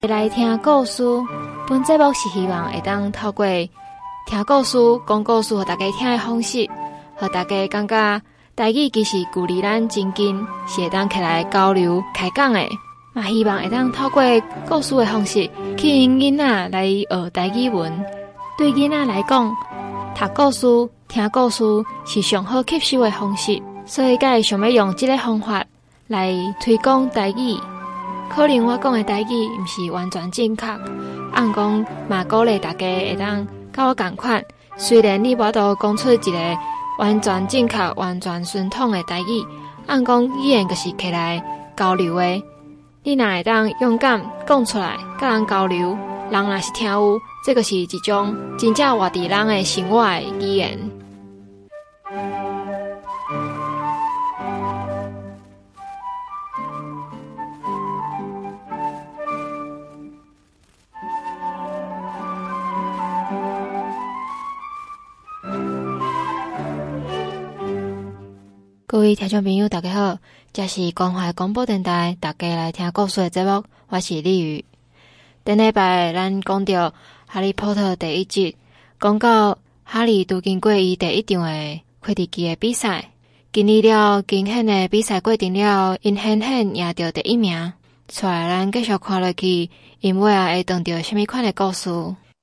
来听故事，本节目是希望会当透过听故事、讲故事，互大家听的方式，互大家感觉台语其实距离咱真近，是会当起来交流开讲的。嘛，希望会当透过故事的方式，去引囡仔来学台语文。对囡仔来讲，读故事、听故事是上好吸收的方式，所以才会想要用这个方法来推广台语。可能我讲的台语毋是完全正确，按讲嘛鼓励大家会当甲我同款。虽然你无法度讲出一个完全正确、完全顺统的台语，按讲语言就是起来交流的。你若会当勇敢讲出来，甲人交流，人若是听有，这个是一种真正活伫人的生活的语言。各位听众朋友，大家好，这是关怀广播电台，大家来听故事的节目，我是李宇。顶礼拜咱讲到哈利波特第一集，讲到哈利拄经过伊第一场的快递机的比赛，经历了惊险的比赛过程了，因险险赢到第一名。出来咱继续看落去，因尾啊会遇到什么款的故事？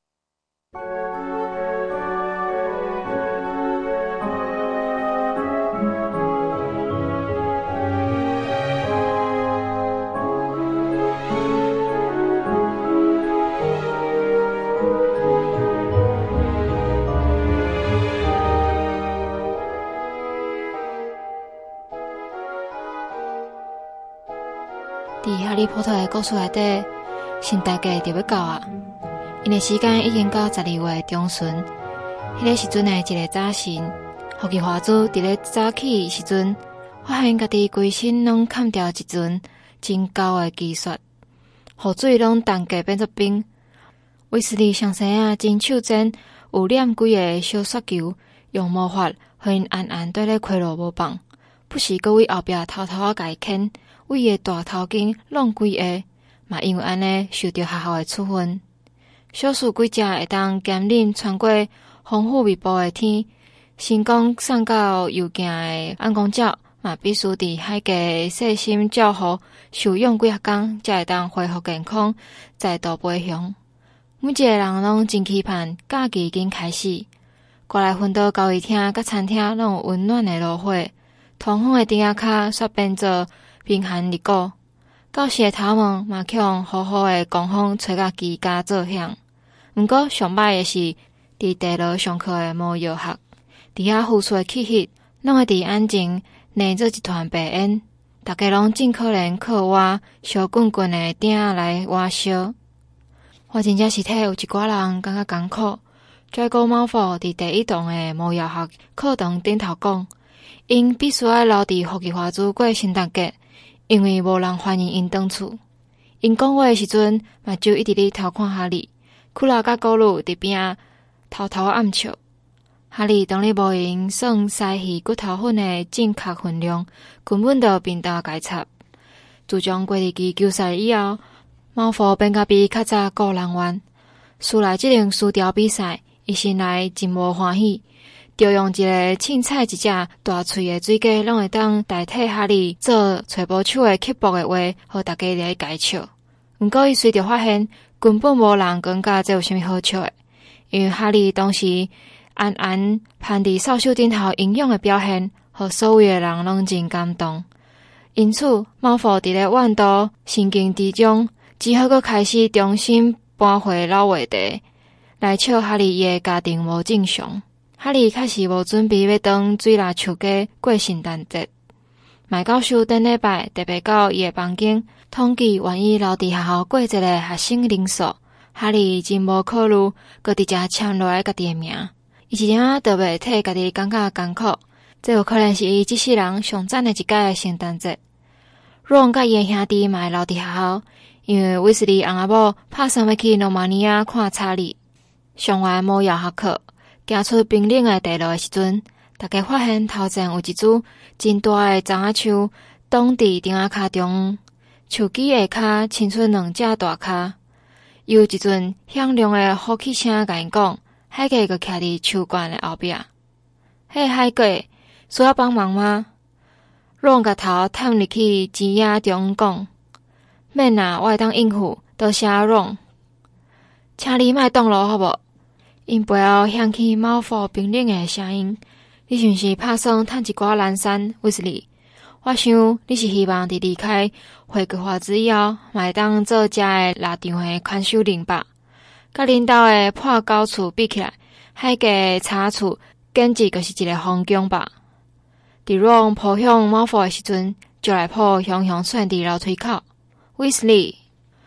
伫哈利波特的故事内底，圣诞节就要到啊！因的时间已经到12月中旬。迄个时阵的一个早晨，霍奇华兹伫咧早起时阵，发现家己规身拢砍掉一阵真高的积雪，雨水拢冻结变做冰。威斯利上生啊真手尖，有揽几个小雪球，用魔法互因暗暗对咧开路无放，不时搁为后壁偷偷啊甲伊牵。为伊的大头巾弄几下，嘛因为安尼受到学校的处分。小树几只会当坚忍穿过风雨密布的天，成功送到邮件的暗光鸟，嘛必须伫海家细心照护，受用几啊天，才会当恢复健康，再度飞翔。每一个人拢真期盼假期已经开始，过来分到交易厅甲餐厅拢有温暖的炉火，通风的顶仔骹煞变做冰寒日果，教室的头毛嘛去用好好的光风吹甲叽嘎作响。毋过上歹的是，伫地牢上课的无药学，伫遐呼出的气息，拢会伫安静捏做一团白烟。大家拢尽可能靠挖烧滚滚的鼎来挖烧。我真正是替有一寡人感觉艰苦。拽高猫父伫第一栋的无药学课堂顶头讲，因必须要留伫霍奇华兹过圣诞节。因为无人欢迎因转厝，因讲话的时阵，嘛就一直咧偷看哈利。库拉甲古鲁伫边仔偷偷暗笑。哈利当日无用算西鱼骨头粉的正确分量，根本就并搭改插。自从过日期球赛以后，猫父变甲比较早顾人怨。输来这场输掉比赛，伊心内真无欢喜。就用一个凊彩一只大喙的水鸡，拢会当代替哈利做吹波手的刻薄的话，互大家来解笑。毋过伊随着发现，根本无人感觉这有啥物好笑的，因为哈利当时安安攀伫扫帚顶头英勇的表现，互所有的人拢真感动。因此，猫父伫咧怨妒神经之中，只好阁开始重新搬回老话题，来笑哈利伊的家庭无正常。哈利开始无准备要当水蜡树家过圣诞节。麦教授顶礼拜特别到伊的房间，统计愿意留伫学校过节的学生人数。哈利真无考虑，搁直接签落来家己的名。伊一点仔都袂替家己感觉艰苦。这有可能是伊这世人上赞的一届的圣诞节。荣甲伊的兄弟嘛会留伫学校，因为威斯利翁仔某拍算要去罗马尼亚看查理。上完无药学课。行出冰冷的地路的时阵，大家发现头前有一株真大的樟仔树，挡伫顶仔骹中，树枝下骹伸出两只大骹， 有一阵响亮的呼气声甲因讲，海格佫徛伫树冠的后壁。嘿，海格，需要帮忙吗？Ron 甲头探入去钱仔中讲，免啊，我会当应付，多谢 Ron。请你莫动咯，好无？因背后响起猫父冰冷的声音，你是毋是打算趁一寡蓝山威斯利？我想你是希望伫离开霍格华兹以后，嘛会当做遮的腊场的看守人吧？甲恁兜的破狗厝比起来，海格的柴厝简直就是一个风景吧。伫Ron扑向猫父的时阵，就来抱雄雄窜伫楼梯口。威斯利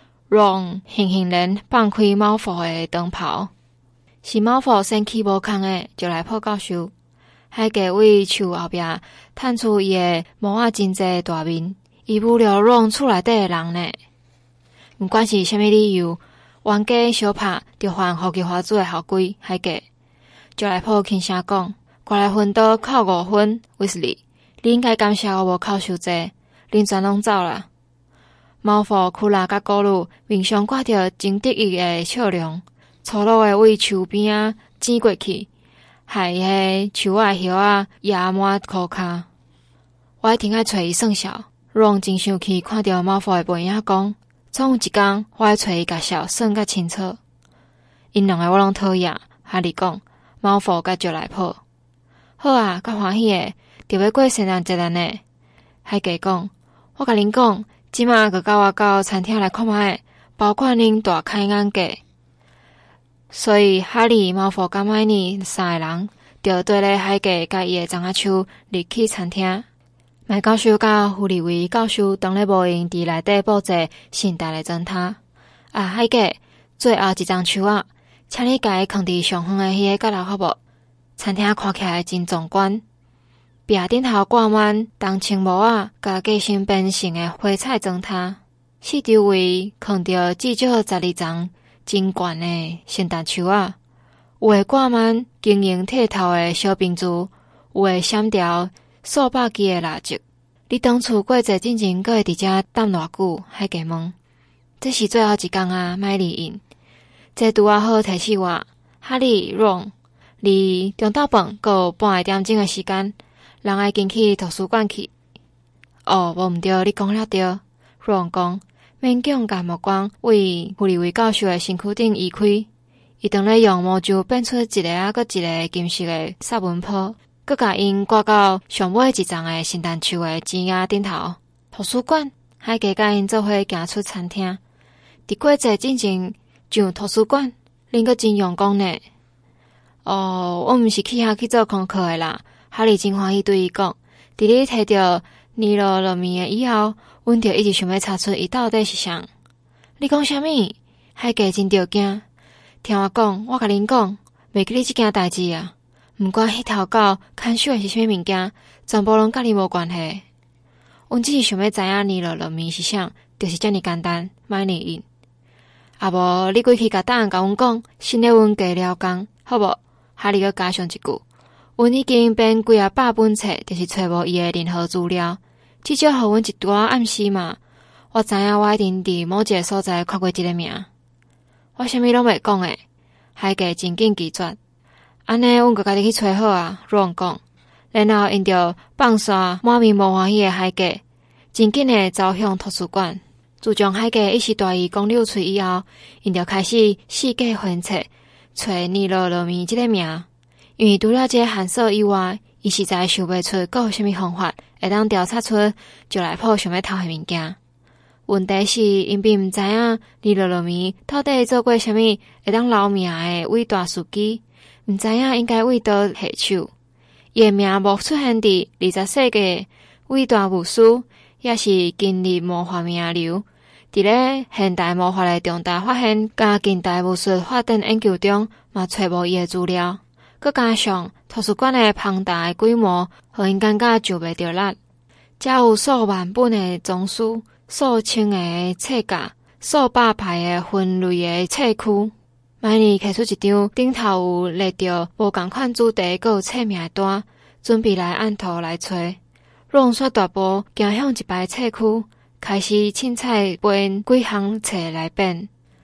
，Ron 悻悻然放开猫父的长袍。是猫父先起无空的，就来抱教授。海格为树后壁探出伊的毛仔真济大面，伊侮辱Ron厝内底的人呢。毋管是虾米理由，冤家相拍就犯霍格华兹的校规。海格就来抱轻声讲：“我来分刀扣5分，威斯利，你应该感谢我无扣伤济，恁全拢走啦。”猫父哭啦甲鼓乳面上挂着真得意的笑容。粗鲁的为树边啊剪过去，害伊迄树仔叶仔压满裤骹。我一定爱找伊算数。Ron 真生气，看到猫父的背影讲，总有一天我爱找伊甲数算甲清楚。因两个我拢讨厌，哈利讲，猫父甲就来抱。好啊，较欢喜的，就要过圣诞节了呢。海格讲，我甲恁讲，即马佮甲我到餐厅来看卖，包括恁大开眼界。所以哈利、猫父甲麦尼三个人就跟咧海格甲伊的长仔手入去餐厅。麦教授甲弗利维教授当咧无闲伫内底布置盛大的砖塔。啊，海格，最后一张树仔，请你甲伊放伫上远的迄个角落好无？餐厅看起来真壮观，壁顶头挂满冬青帽仔甲计身编成的花彩砖塔，四周围放着至少12丛。真悬的圣诞树仔，有诶挂满晶莹剔透的小冰珠，有诶闪条数百支的蜡烛。你当初过节之前，阁会伫遮等偌久？海格问。这是最后一天啊，麦莉应。这拄啊好提示我，哈利、Ron，离中昼饭阁有半个点钟的时间，人爱进去图书馆去。哦，无毋对，你讲了对。Ron 讲。勉强甲目光为弗利维教授的身躯顶移开，伊当咧用毛珠变出一个啊搁一个金色的撒文泡，搁甲因挂到上尾一丛的圣诞树的枝仔顶头。图书馆，海格甲因做伙行出餐厅。伫过节之前上图书馆，恁搁真用功呢。哦，我毋是去遐去做功课的啦。哈利真欢喜对伊讲，伫你摕到尼罗罗米的以后。阮就一直想要查出伊到底是啥。你讲啥物？海格真着惊。听我讲，我甲恁讲，袂记你即件代志啊。毋管迄头狗看守的是啥物物件，全部拢甲你无关系。阮只是想要知影尼罗罗米是啥，就是遮尔简单，莫呢因。啊无，你过去甲答案甲阮讲，省得阮加了工，好无？哈利佮加上一句，阮已经编几啊百本册，就是找无伊的任何资料。至少互阮一拄仔暗示嘛，我知影我一定伫某一个所在看过即个名。我啥物拢袂讲诶，海格真紧拒绝。安尼，阮佮家己去找好啊，Ron讲。然后因着放煞满面无欢喜诶海格，真紧诶走向图书馆。自从海格一时大意讲溜嘴以后，因就开始四界翻册，找尼罗罗米即个名。因为除了这个线索以外，伊实在想袂出阁有啥物方法会当调查出就来铺想要偷的物件。问题是因并毋知影尼罗罗米到底做过啥物会当留名的伟大事迹，毋知影应该为倒下手。伊的名无出现伫20世纪伟大巫师，也是今日魔法名流。伫咧现代魔法的重大发现甲近代巫术发展研究中，嘛找无伊的资料。佮加上图书馆的庞大的规模，互因感觉就袂着力。才有数万本的藏书、数千个册架、数百排的分类的册区。每年摕出一张顶头有列着无共款主题，佮有册名的单，准备来按图来找。Ron率大步行向一排册区，开始凊彩编几项册来编。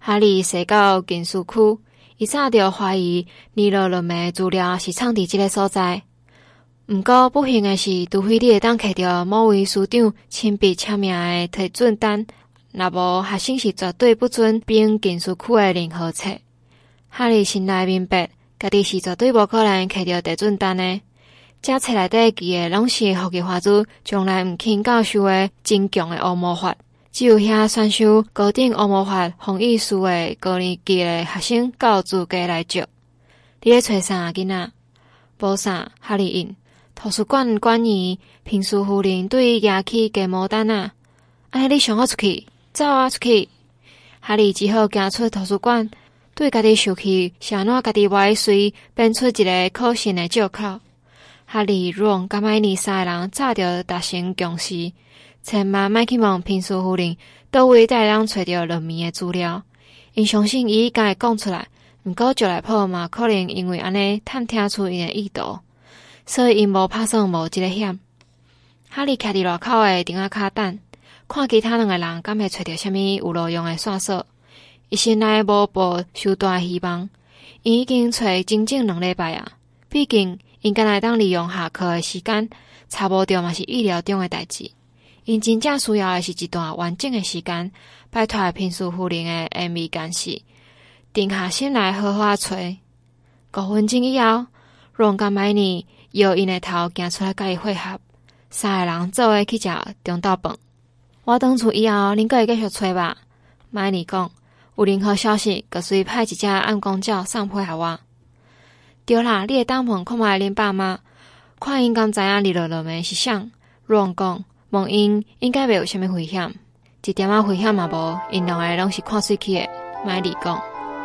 哈利驶到禁书区，伊早就怀疑尼罗伦的资料是藏伫即个所在。毋过不幸的是，除非你会当摕到某位师长亲笔签名的批准单，若无学生是绝对不准并禁书区的任何册。哈利心内明白，家己是绝对无可能摕到批准单的。这册内底记的拢是福吉花子将来毋肯教授的真强的乌魔法，只有遐选修高等乌魔法弘毅术的高年级的学生才有资格来借。你咧找啥囡仔？无啥，哈利应。图书馆管员平叔夫人对伊举起鸡毛掸啊，安尼你上好出去，走啊出去！哈利只好行出图书馆，对家己受气，写烂家己歪随编出一个可信的借口。哈利、ron、甲麦尼三个人早就达成共识，千万莫去问平叔夫人倒位带人找到论文的资料，因相信伊敢会讲出来，毋过就来破嘛可能因为安尼探听出因的意图。所以因无打算冒这个险。哈利徛伫路口的顶仔骹等，看其他两个人敢会找到啥物有路用的线索。伊心内无抱伤大希望，因已经找整整2礼拜啊。毕竟因敢会当利用下课的时间，查无着嘛是意料中的代志。因真正需要的是一段完整的时间，拜托平叔夫人的暗暝干事，定下心来好好找。5分钟以后，ron甲麦尼摇因的头行出来甲伊会合，三个人做伙去食中昼饭。我转厝以后，恁阁会继续找吧。麦尼讲，有任何消息，就随派一只暗光鸟送配合我。对啦，你会当问看卖恁爸妈，看因敢知影你落的是啥。ron讲，问因应该袂有啥物危险，一点仔危险嘛无，因两个拢是看水去的。麦尼讲。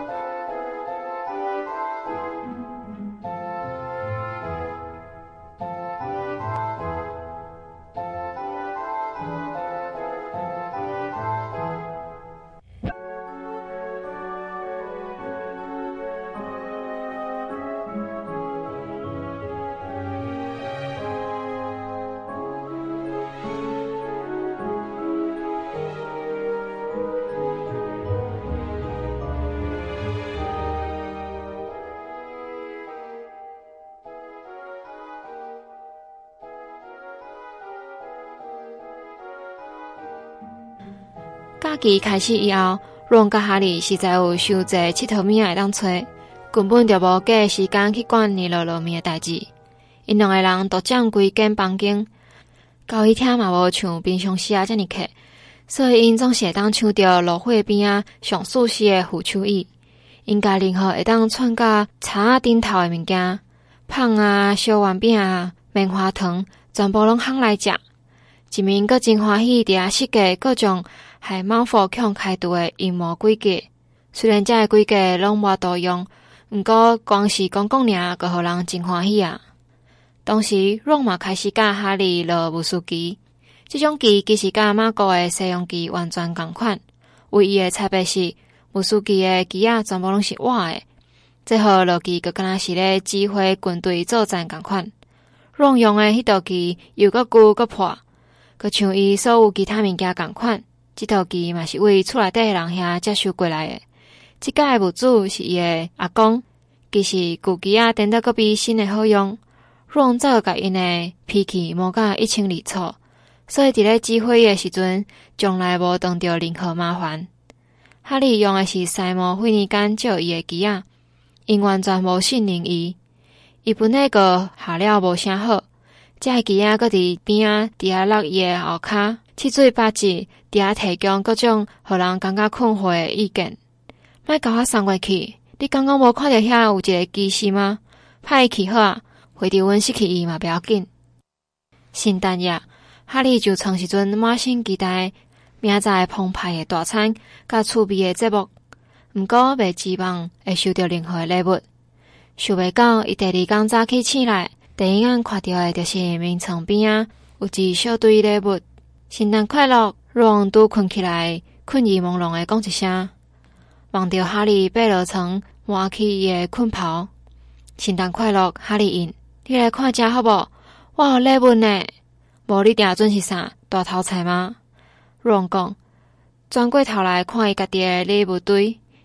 假期开始以后，ron甲哈利实在有伤济佚佗物仔当找，根本就无计时间去管尼罗罗面的代志。因两个人独占规间房间，交易厅嘛无像平常时啊遮尔客，所以因总是会当抢到路火边啊上舒适的扶手椅。因家任何会当窜到柴仔顶头的物件，芳啊、小丸饼啊、棉花糖，全部拢烘来食。一面阁真欢喜伫遐设计各种害猫佛强开除的阴谋诡计。虽然这个诡计拢无多用，毋过光是讲尔，就互人真欢喜啊。当时ron嘛开始教哈利落武士机，这种机其实甲马国的西洋机完全同款，唯一的差别是武士机的机仔全部拢是活的，这号落机就敢若是咧指挥军队作战同款。ron用的迄道机又阁旧阁破，阁像伊所有其他物件同款，这套机嘛是为厝内底的人遐接收过来的。即届的物主是伊的阿公，其实旧机仔颠倒阁比新的好用。ron 早就甲因的脾气磨甲120处，所以伫咧指挥伊的时阵，从来无当着任何麻烦。哈利用的是西摩费尼间借伊的机仔，因完全无信任伊。伊本来个下了无啥好，这机仔阁伫边仔伫遐落伊的后骹，七嘴八舌伫遐提供各种互人感觉困惑的意见。莫甲我送过去，你刚刚无看到遐有一个机师吗？派伊去好啊！回伫阮失去伊嘛不要紧。圣诞夜，哈利就从时阵满心期待明仔澎湃的大餐甲趣味的节目，毋过未指望会收到任何礼物。想袂到伊第2天早起醒来，第一眼看到的就是眠床边啊有一小堆礼物。圣诞快乐！ron拄困起来，困意朦胧的讲一声，望着哈利爬落床，换起伊的困袍。圣诞快乐，哈利应。你来看遮好无？我有礼物呢。无你定准是啥？大头菜吗？ron讲，转过头来看伊家己的礼物堆，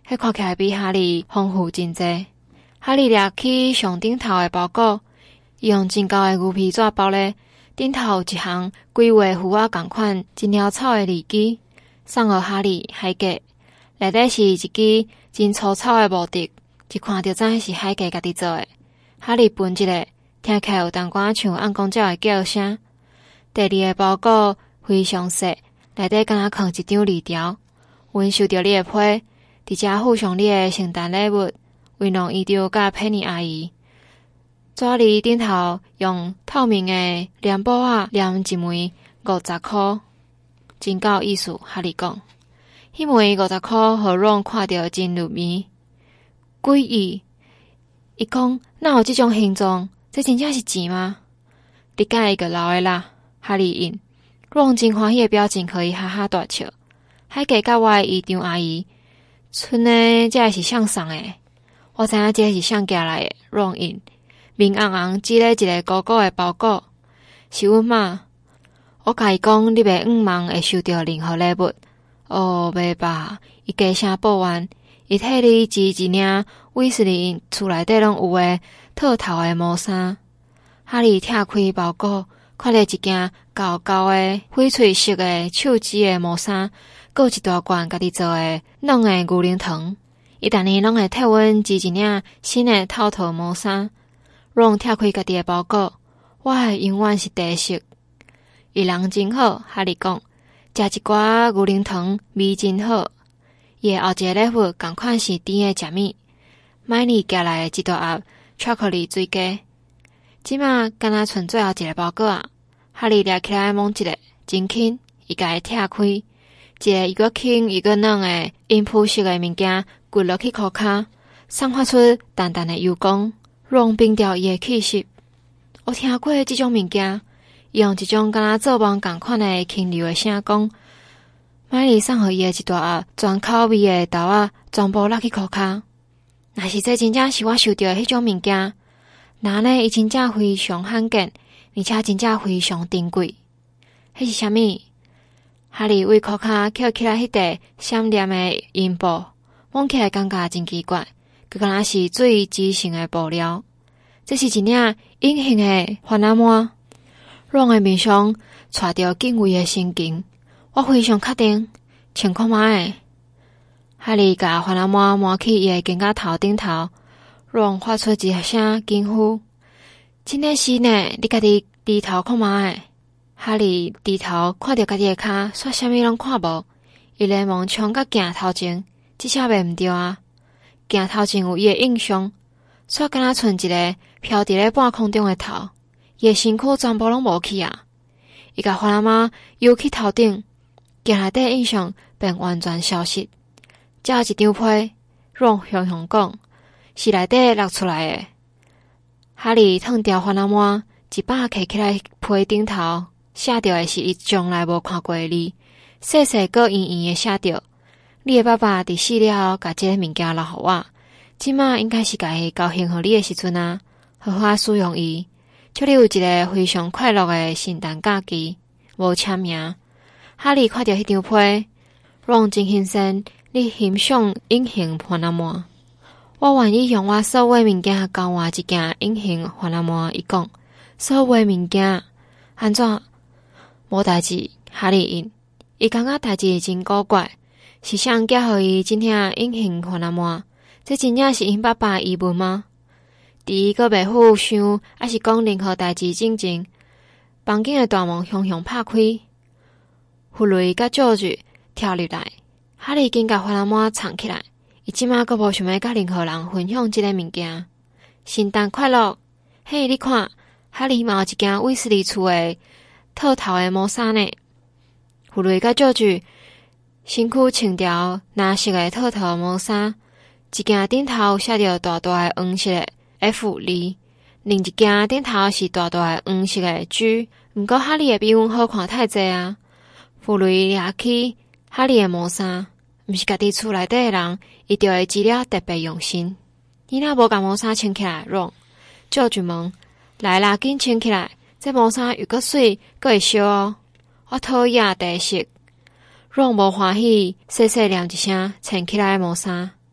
迄看起来比哈利丰富真济。哈利掠起上顶头的包裹，伊用真厚的牛皮纸包咧，顶头有一项规划符啊共款真潦草的字迹，送互哈利海格。内底是一支真粗糙的木笛，一看就知是海格家己做的。哈利分一个，听起来有淡薄像暗公鸟的叫声。第二个包裹非常细，内底敢若藏一张字条，阮收到你的批，伫遮附上你的圣诞礼物，威龙姨丈甲佩妮阿姨。纸字顶头用透明的粘布仔粘一枚50块，真够意思。哈利讲，迄枚50块，互阮看到真入迷，诡异。伊讲，哪有这种形状？这真正是钱吗？你改一个老的啦，哈利应。阮真欢喜的表情，可以哈哈大笑。海格甲我的姨丈阿姨，剩的这是向送的。我知影这是向寄来的，阮应。面红红指咧一个鼓鼓的包裹，是阮妈。我甲伊讲，你袂茫会收到任何礼物。哦，袂吧，伊低声报怨。伊替你织一领威斯利厝内底拢有诶套头诶毛衫。哈利拆开包裹，看到一件厚厚诶翡翠色诶手织诶毛衫，还有一大罐家己做诶软诶牛奶糖。伊逐年拢会替阮织一领新诶套头毛衫。阮拆开家己诶包裹，我诶永远是第一色。伊人真好，哈利讲，食一寡牛奶糖味真好。伊后一个礼物同款是甜的食物，买年寄来一大盒巧克力水鸡。即马敢若剩最后一个包裹啊！哈利掠起来摸一个，真轻，伊甲伊拆开，一个又轻又软的银铺色的物件滚落去裤骹，散发出淡淡的油光，让冰掉伊的气息。我听过这种物件，伊用一种敢若做梦同款的轻柔的声讲。买里送互伊的一大盒全口味的豆仔，全部落去裤骹。若是这真正是我收到的迄种物件，那呢伊真正非常罕见，而且真正非常珍贵。迄是啥物？哈利为裤骹捡起来迄块闪亮的银布，摸起来感觉真奇怪，佮敢若是最织成的布料。这是一领隐形的番仔膜，让的面上带着敬畏的神情。我非常确定，穿看卖诶。哈利甲番仔膜摸起伊诶肩胛头顶头，让发出一声惊呼：“真诶是呢！你家己低头看卖诶。”哈利低头看到家己诶骹，煞啥物拢看无。伊连忙冲甲镜头前，这下袂毋对啊！镜头前有伊诶印象，煞敢若剩一个飘伫咧半空中诶头，伊诶身躯全部拢无去啊！伊甲番仔膜游去头顶。镜内底印象便完全消失。只有一张批，阮雄雄讲，是内底落出来的。哈利脱掉番仔膜，一把摕起来批顶头，写着的是伊从来无看过的字，细细个圆圆的写着：“你的爸爸伫死了后，甲这个物件留互我，即马应该是甲伊交还互你的时阵啊，好好使用伊，祝你有一个非常快乐的圣诞假期。”无签名。哈利看到迄张批，阮真欣赏你欣赏隐形番仔膜。我愿意用我所有物件交换一件隐形番仔膜。伊讲，所有物件安怎？无代志。哈利应，伊感觉代志真古怪，是谁寄互伊真正隐形番仔膜？这真正是因爸爸遗物吗？伫伊阁袂赴想，还是讲任何代志进前，房间的大门雄雄拍开。弗雷甲佐治跳入来，哈利紧甲番仔膜藏起来。伊即马阁无想要甲任何人分享即个物件。圣诞快乐！嘿，你看，哈利嘛有一件威斯利厝的套头的毛衫呢。弗雷甲佐治身躯穿条蓝色的套头毛衫，一件顶头写着大大的黄色的 F 字，另一件顶头是大大的黄色的 G。毋过哈利的比阮好看太济啊！弗雷掠起哈利的毛衫，毋是家己厝内底的人，伊就会织了特别用心。你若无甲毛衫穿起来，让佐治问：“来啦，紧穿起来！这毛衫又阁水，阁会烧哦。”我讨厌第一色，让无欢喜，细细念一声，穿起来的毛衫。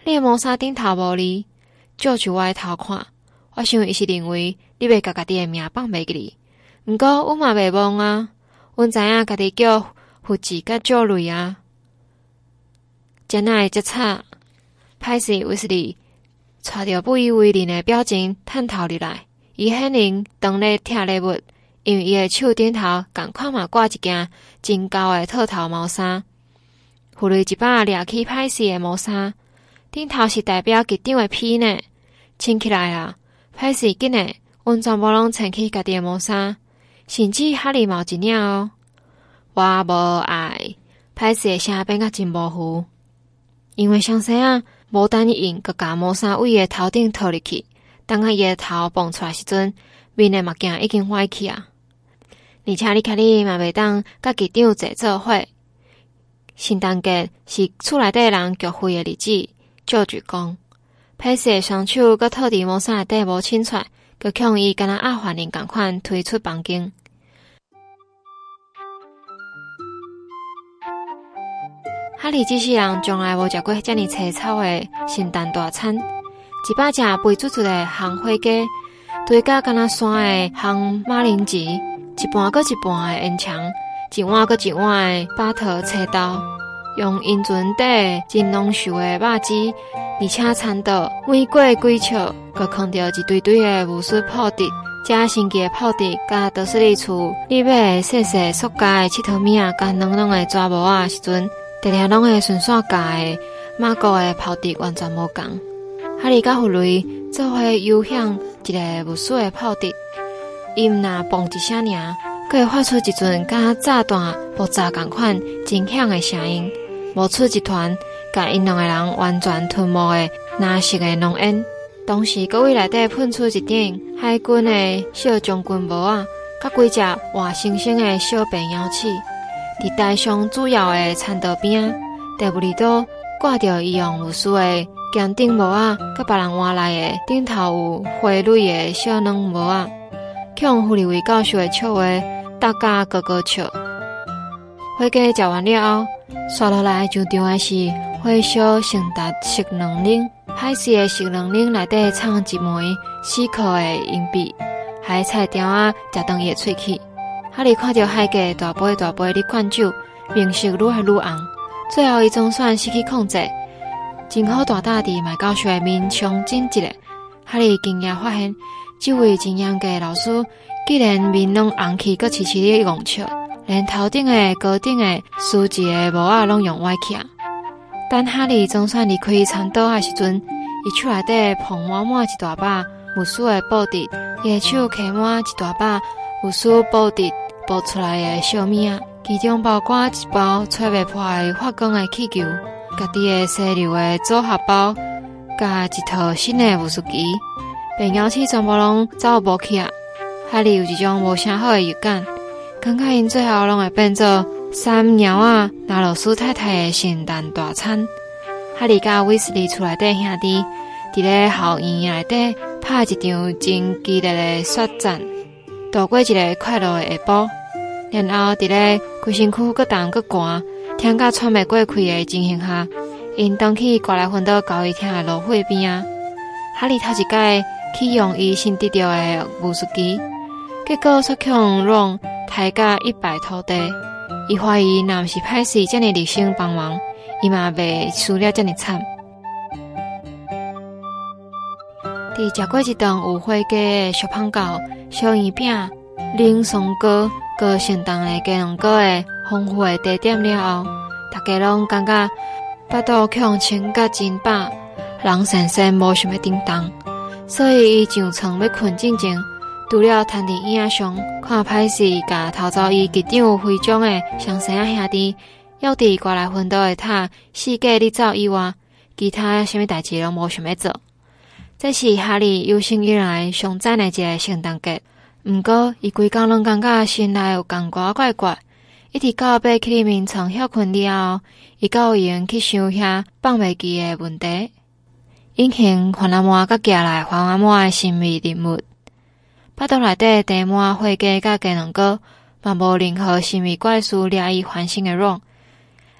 你的毛衫顶头无字，照住我的头看，我想伊是认为你要甲家己的命放袂记哩。毋过阮嘛袂忘啊，阮知影家己叫福字甲咒类啊。真爱接插，歹势威斯利带着不以为然的表情探头入来，伊显然当咧拆礼物，因为伊的手顶头共款嘛挂一件真厚的套头毛衫。弗瑞一把掠起歹势的毛衫，顶头是代表局长的批呢，穿起来啊，歹势紧的，阮全部拢穿起家己的毛衫，甚至哈利毛一领哦。我无爱，歹势的声变甲真模糊，因为上生啊，无等伊用，佮甲毛衫位的头顶套入去，等下伊的头蹦出来时阵，面的目镜已经歪去啊。而且你看你嘛袂当甲局长坐做伙。圣诞节是厝内底人聚会的日子，照住讲，歹势的双手佮套伫毛衫内底无清出，佮向伊敢若阿凡人共款推出房间。哈利这世人从来无食过遮尔粗糙的圣诞大餐，100只肥嘟嘟的红火鸡，堆甲敢若山的红马铃薯，一半搁一半的烟肠，一碗搁一碗的巴桃青豆，用阴船底真浓稠的肉汁，而且餐桌每过几尺，佮放着一堆堆的巫术泡碟，遮神奇的泡碟，甲德斯利厝你买的细细塑胶的佚佗物仔，甲软软的抓无仔时阵，常常拢会顺线夹的马古的泡碟完全无共。哈利甲弗瑞做伙游向一个无数的泡碟，伊毋若嘣一声尔，佮会发出一阵甲炸弹爆炸共款真响的声音，冒出一团甲因两个人完全吞没的蓝色的浓烟。同时，各位内底喷出一顶海军的小将军帽啊，甲几只活生生的小白鸟鼠。伫台上主要的餐桌边，戴布利多挂着伊用巫术的尖顶帽啊，甲别人换来的顶头有花蕊的小软帽啊，向弗利维教授的笑话大家高高笑。火鸡食完了后，刷落来上场的是火烧圣达食两冷，海市的食两冷内底藏一枚4块的硬币，还菜条啊食断伊的喙齿。哈利看到海鸡大杯大杯咧灌酒，面色愈来愈红，最后伊总算失去控制，真好大大伫麦教授的面上整一个。哈利惊讶发现，这位真严格的老师竟然面拢红起，佮痴痴咧戆笑，连头顶的高顶的书记的帽仔拢用歪起啊！等哈利总算离开餐桌的时阵，伊手内底捧满满一大把巫术的布碟，伊的手揢满一大把巫术布碟爆出来的小物仔，其中包括一包吹袂破的发光的气球，家己的细流的组合包，甲一套新的巫术机，白鸟鼠全部拢走无去啊！哈利有一种无啥好的预感，感觉因最后拢会变做三鸟啊拿罗斯太太的圣诞大餐。哈利甲威斯利厝内底兄弟伫咧校园内底拍一场真激烈的血战，度过一个快乐的下晡。然后伫咧规身躯搁冻搁寒，听甲喘袂过气的情形下，因登去过来分到交易厅的芦荟边啊。哈利头一摆去用伊新得到的巫术机，结果却向让抬甲一败涂地。伊怀疑若毋是歹势遮尔热心帮忙，伊嘛袂输了遮尔惨。伫食过一顿有火鸡的小胖糕、小圆饼、冷松糕、高圣诞的鸡卵糕的丰富的茶点了后，大家拢感觉巴肚强撑甲真饱，人神神无想要叮当，所以伊上床要困之前，除了摊伫椅仔上看歹势，甲偷走伊局长徽章的上生仔兄弟，约伫过来分岛的塔四界里走以外，其他什么代志拢无想要做。这是哈利有生以来上赞的一个圣诞节。毋过，伊规工拢感觉心内有感觉怪怪，一直到爬去里面床休困了后，伊才有闲去想遐放袂记的问题。隐形番阿嬷甲寄来番阿嬷的神秘任务，巴肚内底地满火鸡甲鸡卵糕，嘛无任何神秘怪事掠伊烦心的软，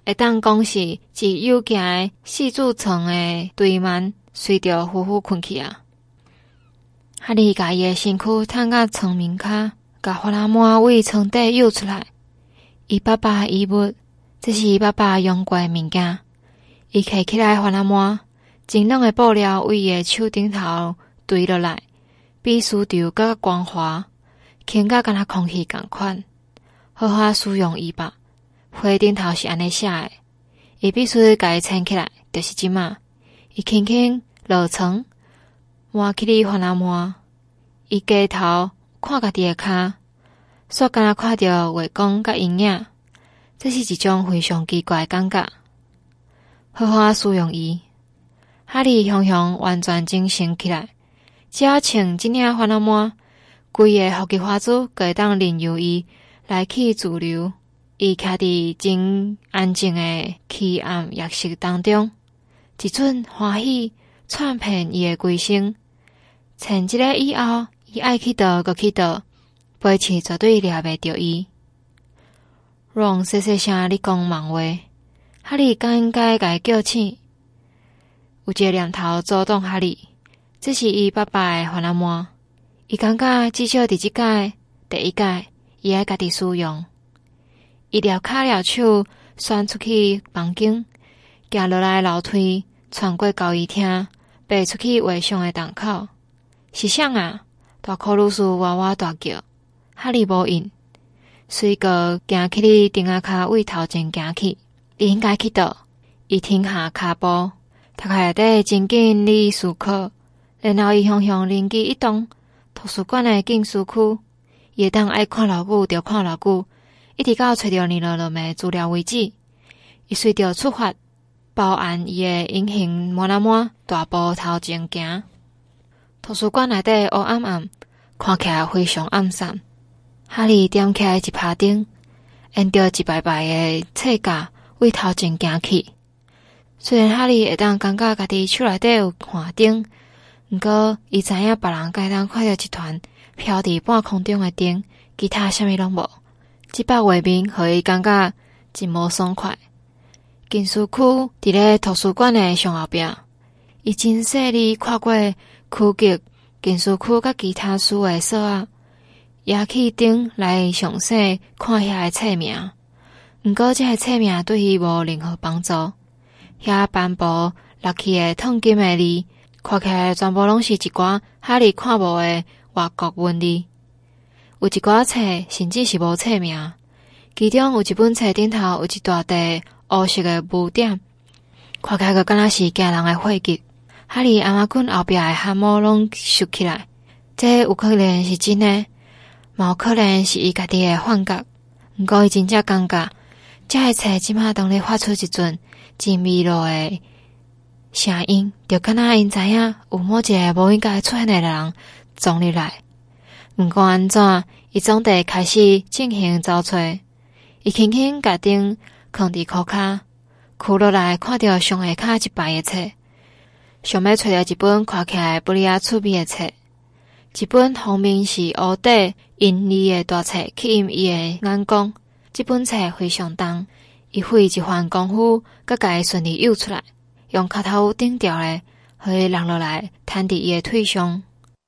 会当讲是一有行的四柱床的堆幔，随着呼呼困去啊。哈利甲伊的身躯探到床面骹，甲花拉满为床底诱出来。伊爸爸衣物，这是伊爸爸用过的物件。伊摕起来花拉满，真软的布料为伊的手顶头垂落来，比丝绸较光滑，轻甲敢若空气共款。好好使用伊吧。花顶头是安尼写的，伊必须甲伊撑起来，就是即马。伊轻轻落床，摸起哩花拉满，伊低头看家己的骹，煞敢若看到月光甲阴影，这是一种非常奇怪的感觉。好好使用伊，哈利雄雄完全精神起来，只要穿即领花拉满，规个福气花珠就会当任由伊来去自流。伊徛伫真安静的黑暗夜色当中，一阵欢喜窜遍伊的规身。穿即个以后，伊爱去倒就去倒，飞刺绝对抓袂着伊。让细细声咧讲梦话，哈利敢应该甲伊叫醒。有一个念头阻挡哈利，这是伊爸爸的花拉满。伊感觉至少伫即届第一届，伊爱家己使用。伊撩骹撩手，窜出去房间，行落来楼梯，穿过交谊厅，爬出去画上的洞口。是啥啊？大哭女士哇哇大叫，哈利无应，随个行起哩顶仔骹为头前行去。伊应该去倒？伊停下骹步，头壳内底真紧哩思考，然后伊雄雄灵机一动，图书馆的禁书区，伊会当爱看偌久就看偌久。一直到找到尼罗罗的资料为止，伊随着出发，报按伊的隐形摩拉摩大步头前行。图书馆内底黑暗暗，看起来非常暗散。哈利踮起来一拍顶，沿着一排排的册架为头前行去。虽然哈利会当感觉家己手内底有看灯，毋过伊知影别人该当看到一团飘伫半空中的灯，其他啥物拢无。即摆画面，互伊感觉真无爽快。禁书区伫咧图书馆的上后壁，伊真细腻看过区级禁书区甲其他书的锁仔，也去顶来详细看遐个册名。毋过这个册名对伊无任何帮助。遐斑驳落去的烫金的字，看起来全部拢是一寡哈利看无的外国文字。有一寡册甚至是无册名，其中有一本册顶头有一大块乌色的污点，看起来就敢若是惊人的血迹。哈利阿妈棍后壁的汗毛拢竖起来，这有可能是真的，嘛有可能是伊家己的幻觉。毋过伊真正感觉，这个册即马当咧发出一阵真微弱的声音，就敢若因知影有某一个无应该出现的人撞入来。毋管安怎，伊总得开始进行找找。伊轻轻甲灯放伫裤骹，屈落来看到上下骹一排的册，想要找到一本看起来不哩啊趣味的册，一本封面是乌底印字的大册吸引伊的眼光。这本册非常重，伊费一番功夫，甲家己顺利诱出来，用脚头顶掉咧，互伊落落来，摊伫伊的腿上。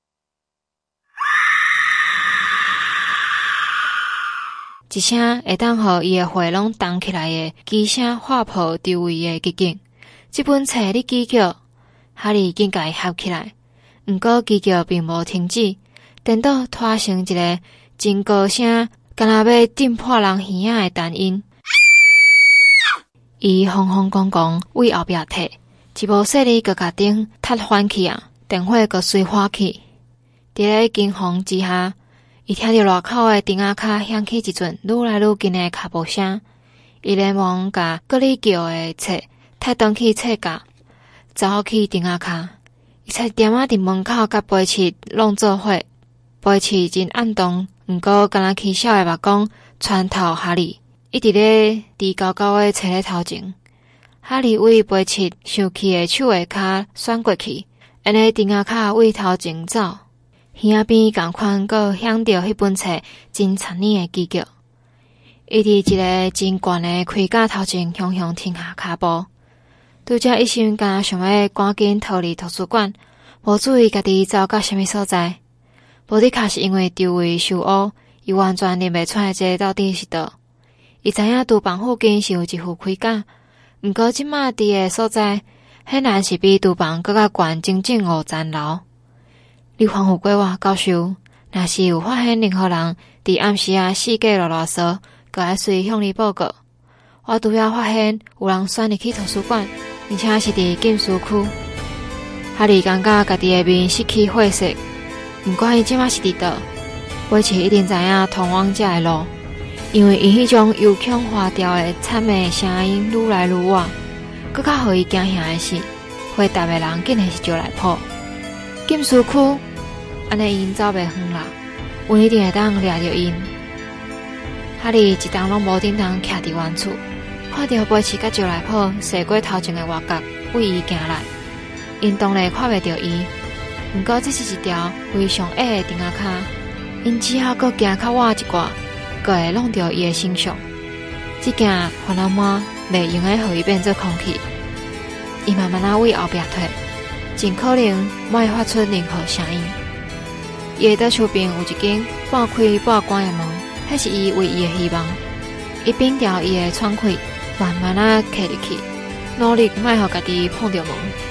一声会当互伊的血拢动起来的机声划破周围的寂静。这本册咧叽叫，哈利紧甲伊合起来，毋过叽叫并无停止，颠倒拖成一个真高声，敢若要震破人耳仔的单音。伊风风光光为后壁摕，一无细哩就甲灯踢翻去啊，电火就随火去。伫咧惊慌之下，伊听到外口的灯仔骹响起一阵愈来愈近的脚步声，伊连忙甲各里叫的册踢转去册架，走去灯仔骹。伊差点仔伫门口甲飞刺弄做伙，飞刺真暗动，毋过敢若起笑的目光穿透哈利，一直咧直高高的找咧头前。哈利为飞刺生气的手下骹旋过去，安尼灯仔骹为头前走。耳仔边共款，阁响着迄本册真残忍的鸡叫。 伊伫一个真悬的盔甲头前雄雄停下脚步，拄则一心敢想要赶紧逃离图书馆，无注意家己走到什么所在。无的确是因为周围受乌，伊完全认袂出来这到底是倒。伊知影厨房附近是有一副盔甲，毋过即马伫的所在，显然是比厨房更较悬整整5层楼。你恍惚过我教授，若是有发现任何人伫暗时四界啰啰嗦，就来随向你报告。我拄则发现有人选入去图书馆，而且是伫禁书区。哈利感觉家己的面失去血色，毋管伊即马是伫倒，尾市一定知影通往遮的路，因为伊迄种又恐花调的惨的声音愈来愈晚，更较互伊惊吓的是，回答的人竟然是招来破。禁书区，安尼因走袂远啦，阮一定会当掠着因。哈利一动拢无叮当徛伫原厝，看到飞鼠甲招来破驶过头前的外角，为伊行来。因当然看袂到伊，毋过这是一条非常矮的钉仔骹，因只好搁行较晚一寡，搁会弄到伊的身上。这件烦恼满袂用的，互伊变做空气。伊慢慢往后壁退，尽可能莫会发出任何声音。伊的厝边有一间半开半关的门，迄是伊唯一的希望。伊摒掉伊的喘气，慢慢徛入去，努力莫互家己碰到门。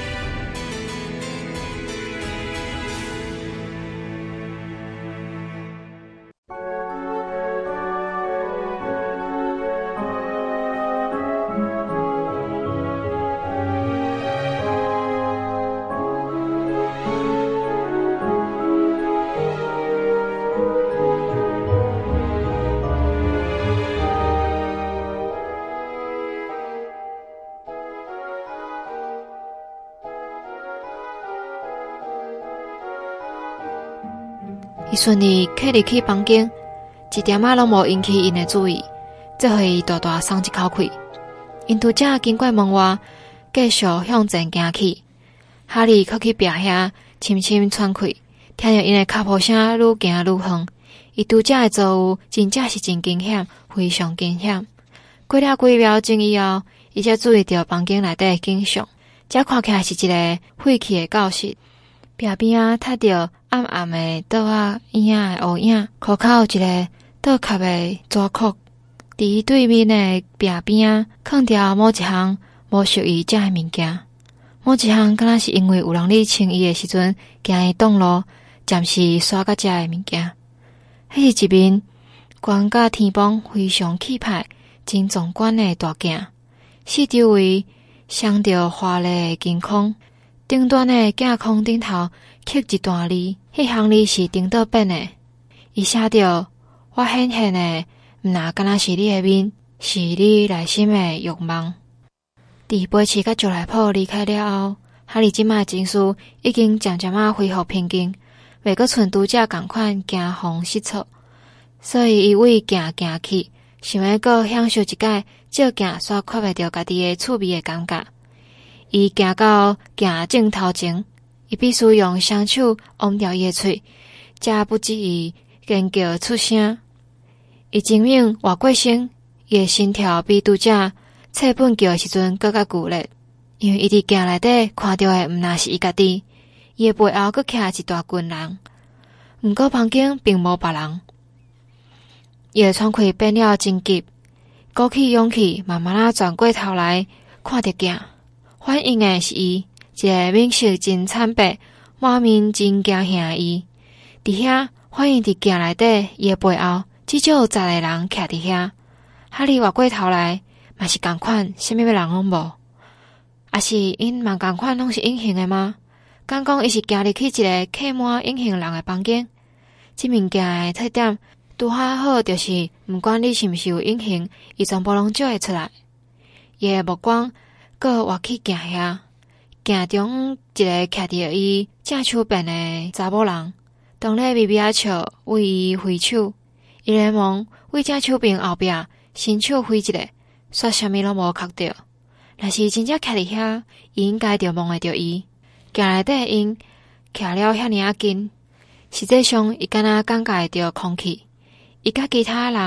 伊顺利徛入去房间，一点拢无引起因的注意，这互伊大大松一口气。因拄则经过门外，继续向前行去。哈利靠去壁遐，深深喘气，听着因的脚步声愈行愈远。伊拄则的作物真正是真惊险，非常惊险。过了几秒钟以后，伊才注意到房间内底的景象，这看起来是一个废弃的教室。壁边踢着暗暗的倒影的乌影，裤口有一个倒壳的纸壳，伫对面的壁边放着某一项无属于遮的物件，某一项敢若是因为有人咧穿伊的时阵，惊伊挡路，暂时刷到遮的物件。迄是一面悬甲天崩非常气派、真壮观的大镜，四周围镶着华丽的金框。顶端的镜框顶头刻一段字，迄行字是顶倒变的。伊写着：“我显现的，毋那敢若是你的面，是你内心的欲望。”伫飞鼠甲招来破离开了后，哈利即卖情绪已经渐渐恢复平静，袂阁像拄则共款惊慌失措，所以伊为行去，想要阁享受一解照镜煞看袂到家己的趣味的感觉。伊行到镜正头前，伊必须用双手捂住伊的喙，才不至于尖叫出声。伊证明活过身，伊的心跳比拄则册本叫的时阵更加剧烈，因为伊伫镜内底看到的毋那是伊家己，伊的背后阁徛一大群人，毋过房间并无别人。伊的喘气变了真急，鼓起勇气，慢慢转过头来看着镜。反映的是伊，一个面色真惨白、满面真惊吓的伊。伫遐反映伫镜内底，伊的背后至少有10个人徛伫遐。哈利划过头来，嘛是共款，啥物人拢无。啊是因嘛共款拢是隐形的吗？敢讲伊是行入去一个刻满隐形人的房间？这物件的特点拄好，就是毋管你是毋是有隐形，伊全部拢照会出来。伊的目光搁活去镜遐，镜中一个徛伫伊正手边的查某人，当咧微微笑为伊挥手。伊连忙为正手边后壁伸手挥一个，煞啥物拢无看到。若是真正徛伫遐，伊应该就望会到伊。镜内底因徛了遐尔近，实际上伊敢若感觉会到空气。伊甲其他人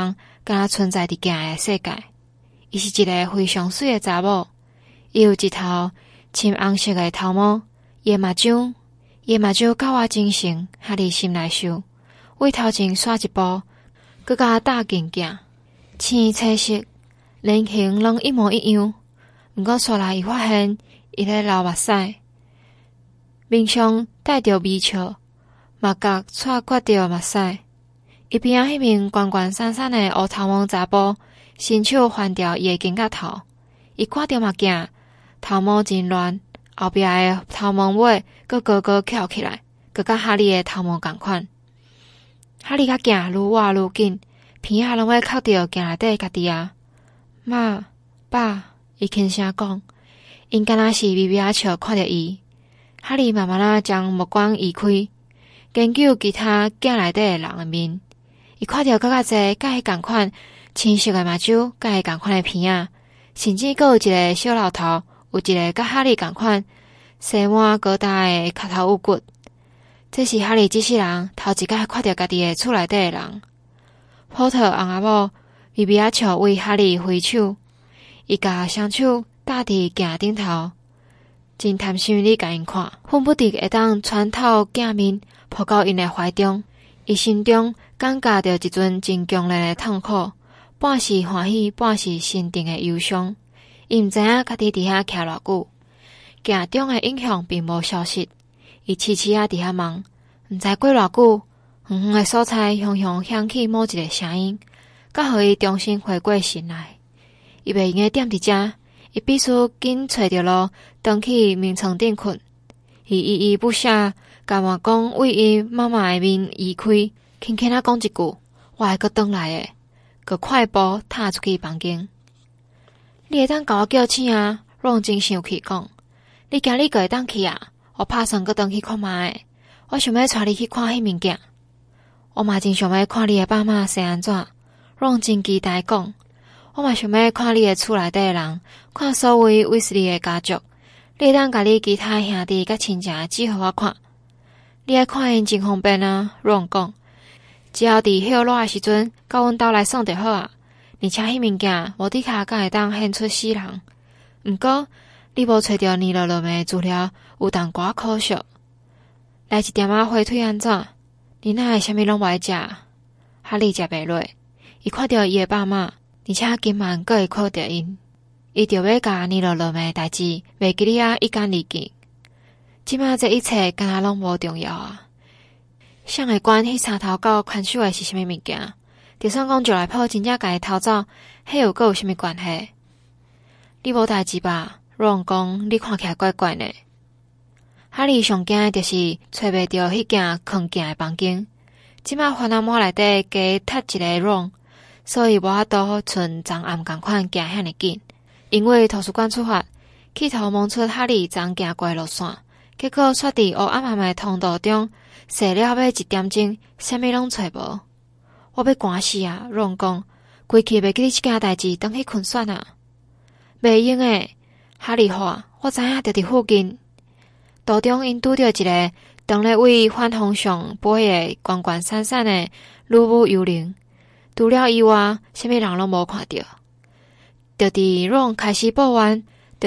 敢若存在伫镜诶世界。伊是一个非常水诶查某，伊有一头深红色诶头毛，伊诶目睭甲我真像，哈利心内想。为头前刷一步，佮甲搭近镜，青彩色，连形拢一模一样。毋过刷来伊发现伊咧流目屎，面上带着微笑，目角擦刮着目屎。伊边仔迄名悬悬散散诶乌头毛查甫，伸手翻掉伊诶金甲头，伊看着目镜，头毛真乱，后壁诶头毛尾佮高高翘起来，佮甲哈利诶头毛共款。哈利甲镜愈挖愈紧，鼻仔拢要靠着镜内底家己啊！妈、爸，伊轻声讲，因敢若是微微仔笑看着伊。哈利慢慢仔将目光移开，研究其他镜内底诶人诶面。伊看到更加侪甲迄共款青色诶目睭，甲迄共款诶鼻仔，甚至阁有一个小老头，有一个甲哈利共款细满高大诶脚头有骨。这是哈利这世人头一摆看到家己诶厝内底诶人。波特翁仔某微微仔笑为哈利挥手，伊甲双手搭伫镜顶头，真贪心你甲因看，恨不得会当穿透镜面，扑到因诶怀中。伊心中感觉到一阵真强烈诶痛苦，半是欢喜，半是心定诶忧伤。伊毋知影家己伫遐徛偌久，镜中诶影像并无消失。伊痴痴啊伫遐望，毋知过偌久，远远诶所在雄雄响起某一个声音，甲互伊重新回过神来。伊袂用诶踮伫遮，伊必须紧找着路，返去眠床顶困。伊依依不舍，甲我讲为伊妈妈诶面移开，轻轻啊讲一句：“我会阁转来诶。”佮快步踏出去房间。你会当甲我叫醒啊？拢真生气讲，你今日个会当去啊？我打算阁转去看妈诶，我想要带你去看迄物件。我嘛真想要看你诶爸妈生安怎，拢真期待讲。我嘛想要看你诶厝内底诶人，看所谓威斯利诶家族。你会当甲你其他兄弟甲亲戚指互我看。你爱看因真方便啊，拢讲。只要伫歇热诶时阵，到阮兜来耍就好啊。而且迄物件无底卡敢会当现出死人。毋过你无找着尼罗罗诶资料，有淡薄可惜。来一点仔火腿安怎？你哪会啥物拢无爱食？哈利食袂落，伊看到伊诶爸妈，而且今晚阁会看到因，伊就要甲尼罗罗诶代志袂记哩啊一干二净。即马这一切敢若拢无重要啊！谁会管迄三头狗看守诶是啥物物件？就算讲就来破真正家己偷走，迄又阁有啥物关系？你无代志吧？拢讲你看起来怪怪呢。哈利上惊诶就是找袂着迄间藏镜诶房间，即马烦恼满内底加踢一个拢，所以无法度像昨暗共款行遐尼紧。因为图书馆出发，企图摸出哈利昨行过路线，结果煞伫黑暗暗诶通道中，踅了要1点钟，啥物拢找无。我要赶死啊！拢讲规气袂记哩即件代志，转去困算啊！袂用诶，哈利话，我知影就伫附近。途中因拄着一个当咧为反方向飞诶悬悬散散诶女巫幽灵，除了以外，啥物人拢无看到。就伫拢开始报完，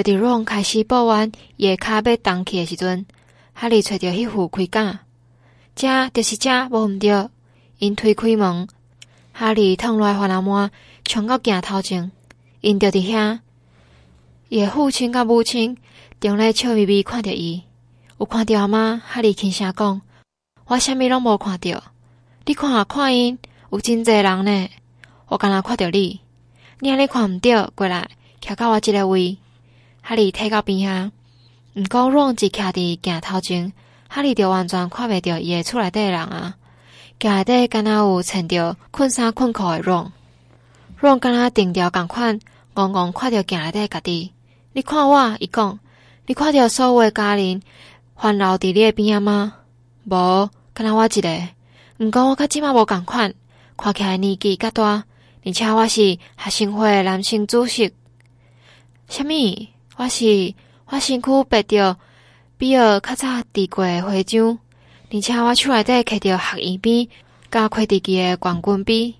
伊诶骹要动起诶时阵，哈利找着迄副盔甲，遮就是遮，无毋对。因推开门，哈利趟落烦恼满，冲到镜头前，因就伫遐。伊诶父亲甲母亲正咧笑眯眯看着伊。有看到吗？哈利轻声讲：“我啥物拢无看到。你看因，有真侪人呢。我敢若看到你。你安尼看毋到，过来，徛到我即个位。”哈利退到边仔，毋过拢只徛伫镜头前，哈利就完全看袂到伊诶厝内底诶人啊。镜内底敢若有穿着困衫困裤诶拢敢若定调共款，戆戆看着镜内底家己。你看我，伊讲，你看到所有诶家人环绕伫你诶边仔吗？无，敢若我一个。毋过我甲即马无共款，看起来年纪较大，而且我是学生会诶男性主席。啥物？我身躯背着比尔较早递过诶徽章，而且我手内底摕着学院边甲魁地奇诶冠军杯。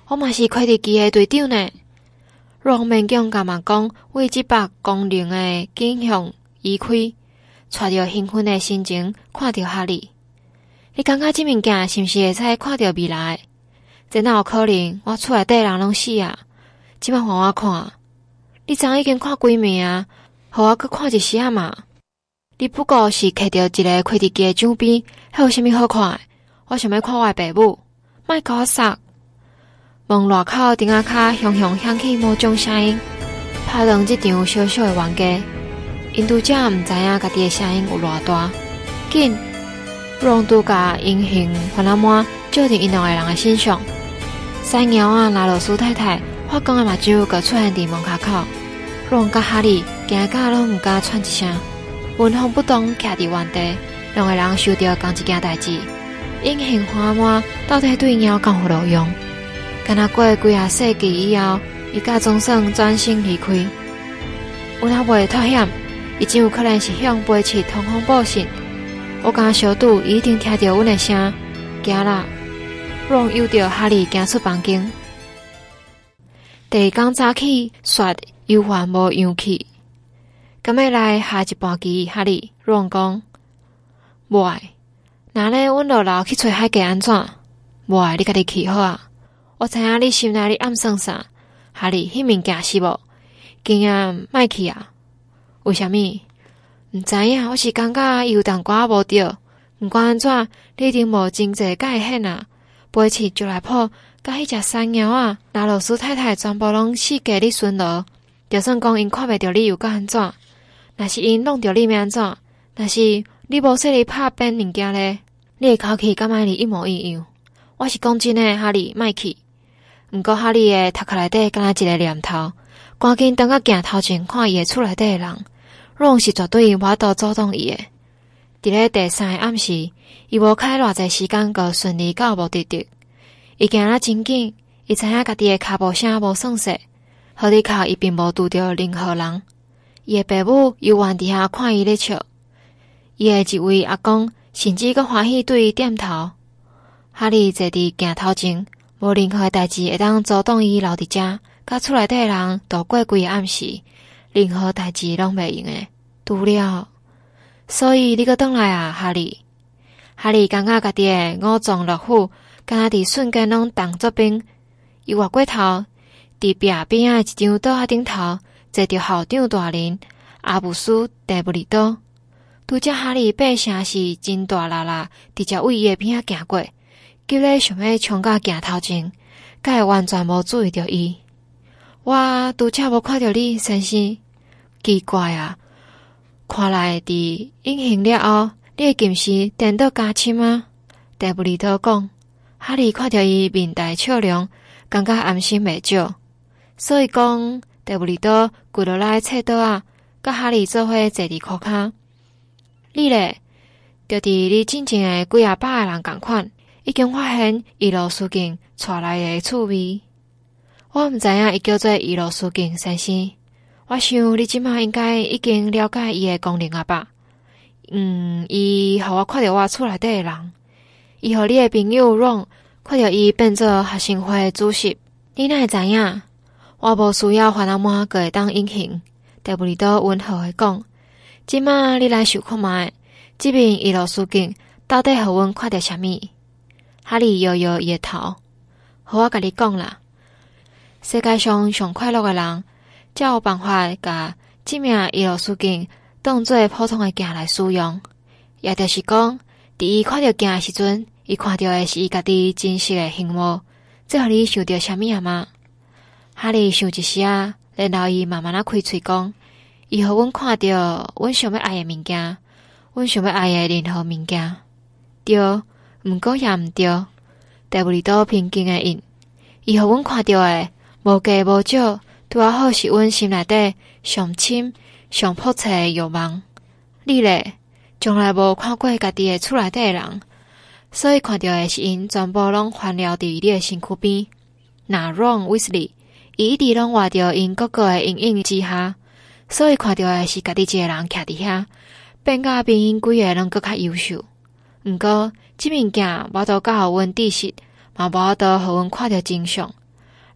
我嘛是快递机的队长呢。Ron 勉强甲嘛讲，为即把功能的景象移开，带着兴奋的心情看着哈利。你感觉即物件是毋是会使看着未来？真哪有可能？我厝内底人拢死啊！即摆互我看，你昨已经看几暝啊？互我搁看一时嘛？你不过是摕着一个快递机的奖杯，还有啥物好看的？我想要看我的爸母，莫甲我杀！门外口顶仔骹雄雄响起某种声音，拍断即场小小的冤家。因拄则毋知影家己的声音有偌大，紧！Ron 拄甲阴形番仔满照伫因两个人的身上。山鸟啊，拉罗斯太太发光的目睭佫出现伫门口口。Ron 甲哈利惊甲拢毋敢喘一声，纹风不动徛伫原地。两个人想着同一件代志，阴形番仔满到底对鸟敢有路用？敢若过几啊世纪以后，伊甲总算转身离开。有若袂脱险，伊真有可能是向飞驰通风报信。我敢小赌伊一定听到阮的声，行啦。Ron 诱着哈利行出房间。第二天早起，煞又还无氧气，敢要来下一盘棋？哈利 Ron 讲，无爱。那呢，阮落楼去找海鸡安怎？无爱，你家己去好啊。我知影你心内咧暗算啥，哈利，迄物件是无？今仔莫去啊？为虾米？毋知影，我是感觉伊有淡薄仔无对。毋管安怎，你一定无真济改现啊！飞驰就来破，甲迄只山鸟啊，拉罗斯太太全部拢死过你巡逻。就算讲因看袂着你又敢安怎？若是因弄着你要安怎？若是你无说你拍扁物件咧，你的口气敢若你一模一样。我是讲真诶，哈利，莫去。毋过哈利诶头壳内底敢若一个念头，赶紧等到镜头前看伊诶厝内底诶人。Ron 是绝对无法度阻挡伊诶。伫咧第三个暗时，伊无开偌济时间，个顺利到目的地。伊行了真紧，伊知影家己诶脚步声无算细，河里口伊并无拄着任何人。伊诶爸母犹原伫遐看伊咧笑，伊诶一位阿公甚至阁欢喜对伊点头。哈利坐伫镜头前，无任何代志会当阻挡伊留伫遮，甲厝内底诶人度过规个暗时。任何代志拢袂用诶，除了，所以你阁转来啊，哈利。哈利感觉家己诶五脏六腑，敢若伫瞬间拢动作兵。伊越过头，伫壁边仔一张桌仔顶头，坐着校长大人阿布斯戴布里多。拄则哈利爬成是真大啦啦，直接为伊诶边仔行过，急咧想要冲到镜头前，才会完全无注意到伊。我拄则无看到你，先生。奇怪啊！看来伫隐形了后，你会近视颠倒加深吗？戴布里多讲。哈利看到伊面带笑容，感觉安心袂少。所以讲，戴布里多跪落来册桌啊，甲哈利做伙坐伫裤骹。你咧，就伫你进前诶几啊百个人共款，已经发现伊罗斯镜带来诶趣味。我毋知影伊叫做伊罗斯镜先生。我想你即马应该已经了解伊诶功能啊吧？伊互我看到我厝内底诶人，伊互你诶朋友Ron看到伊变做学生会诶主席，你哪会知影？我无需要番仔满个会当隐形。戴布里多温和诶讲，即马你来想看觅，即面伊罗斯镜到底互阮看到啥物？哈利摇摇伊诶头，互我甲你讲啦，世界上上快乐诶人。才有办法甲即名伊罗斯镜当做普通的镜来使用，也就是讲，伫伊看到镜的时阵，伊看到的是伊家己真实的形貌。这互你想到啥物啊吗？哈利想一时啊，然后伊慢慢啊开喙讲，伊互阮看到阮想要爱的物件，阮想要爱的任何物件。对，毋过也毋对。戴布里多平静的应，伊互阮看到的无加无少。拄啊好是阮心内底上深、上迫切的欲望。你咧，从来无看过家己的厝内底的人，所以看到的是因全部拢环绕伫你的身躯边。那 Ron Weasley，伊一直拢活着因哥哥的阴影之下，所以看到的是家己一个人徛伫遐，变甲比因规个拢搁较优秀。毋过，即物件无法度甲互阮知识，嘛无法度互阮看到真相。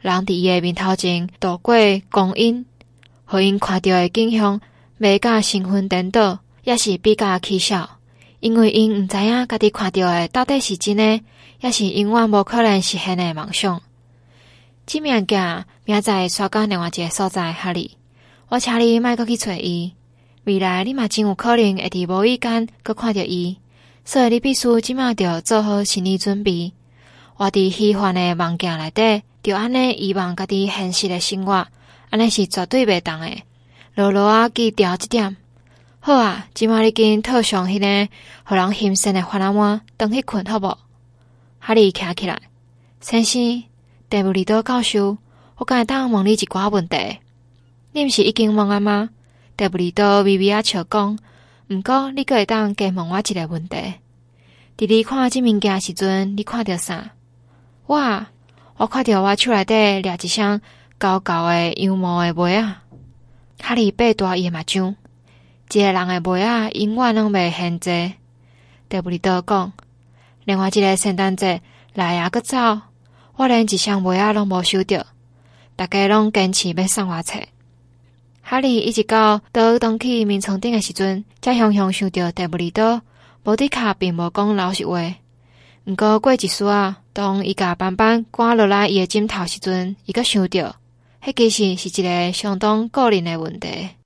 人伫伊诶面头前度过光阴，互因看到诶景象，袂甲身份颠倒，也是比较蹊跷，因为因毋知影家己看到诶到底是真诶，也是永远无可能实现诶梦想。这物件明仔载刷到另外一个所在哈里，我请你莫阁去找伊，未来你嘛真有可能会伫无意间阁看到伊，所以你必须即马着做好心理准备。活伫虚幻诶梦境内底，就安尼遗忘家己现实诶生活，安尼是绝对袂当诶。牢牢啊记牢这点。好啊，即马你紧套上迄个互人欣赏诶帆碗，转去困好无？哈利徛起来，先生，戴布利多教授，我敢会当问你一寡问题？你毋是已经问啊吗？戴布利多微微啊笑讲，毋过你阁会当加问我一个问题。伫你看即物件时阵，你看到啥？我看到我手内底掠一双高高诶羊毛诶袜仔。哈利爬大伊诶目睭，一个人诶袜仔永远拢袂嫌济。戴布利多讲，另外一个圣诞节来啊，阁走，我连一双袜仔拢无收到，大家拢坚持要送我册。哈利一直到倒转去眠床顶诶时阵，才雄雄想到戴布利多无伫卡并无讲老实话。毋过过一丝啊，当伊甲斑斑赶落来伊诶枕头时阵，伊阁想到，迄其实是一个相当个人诶问题。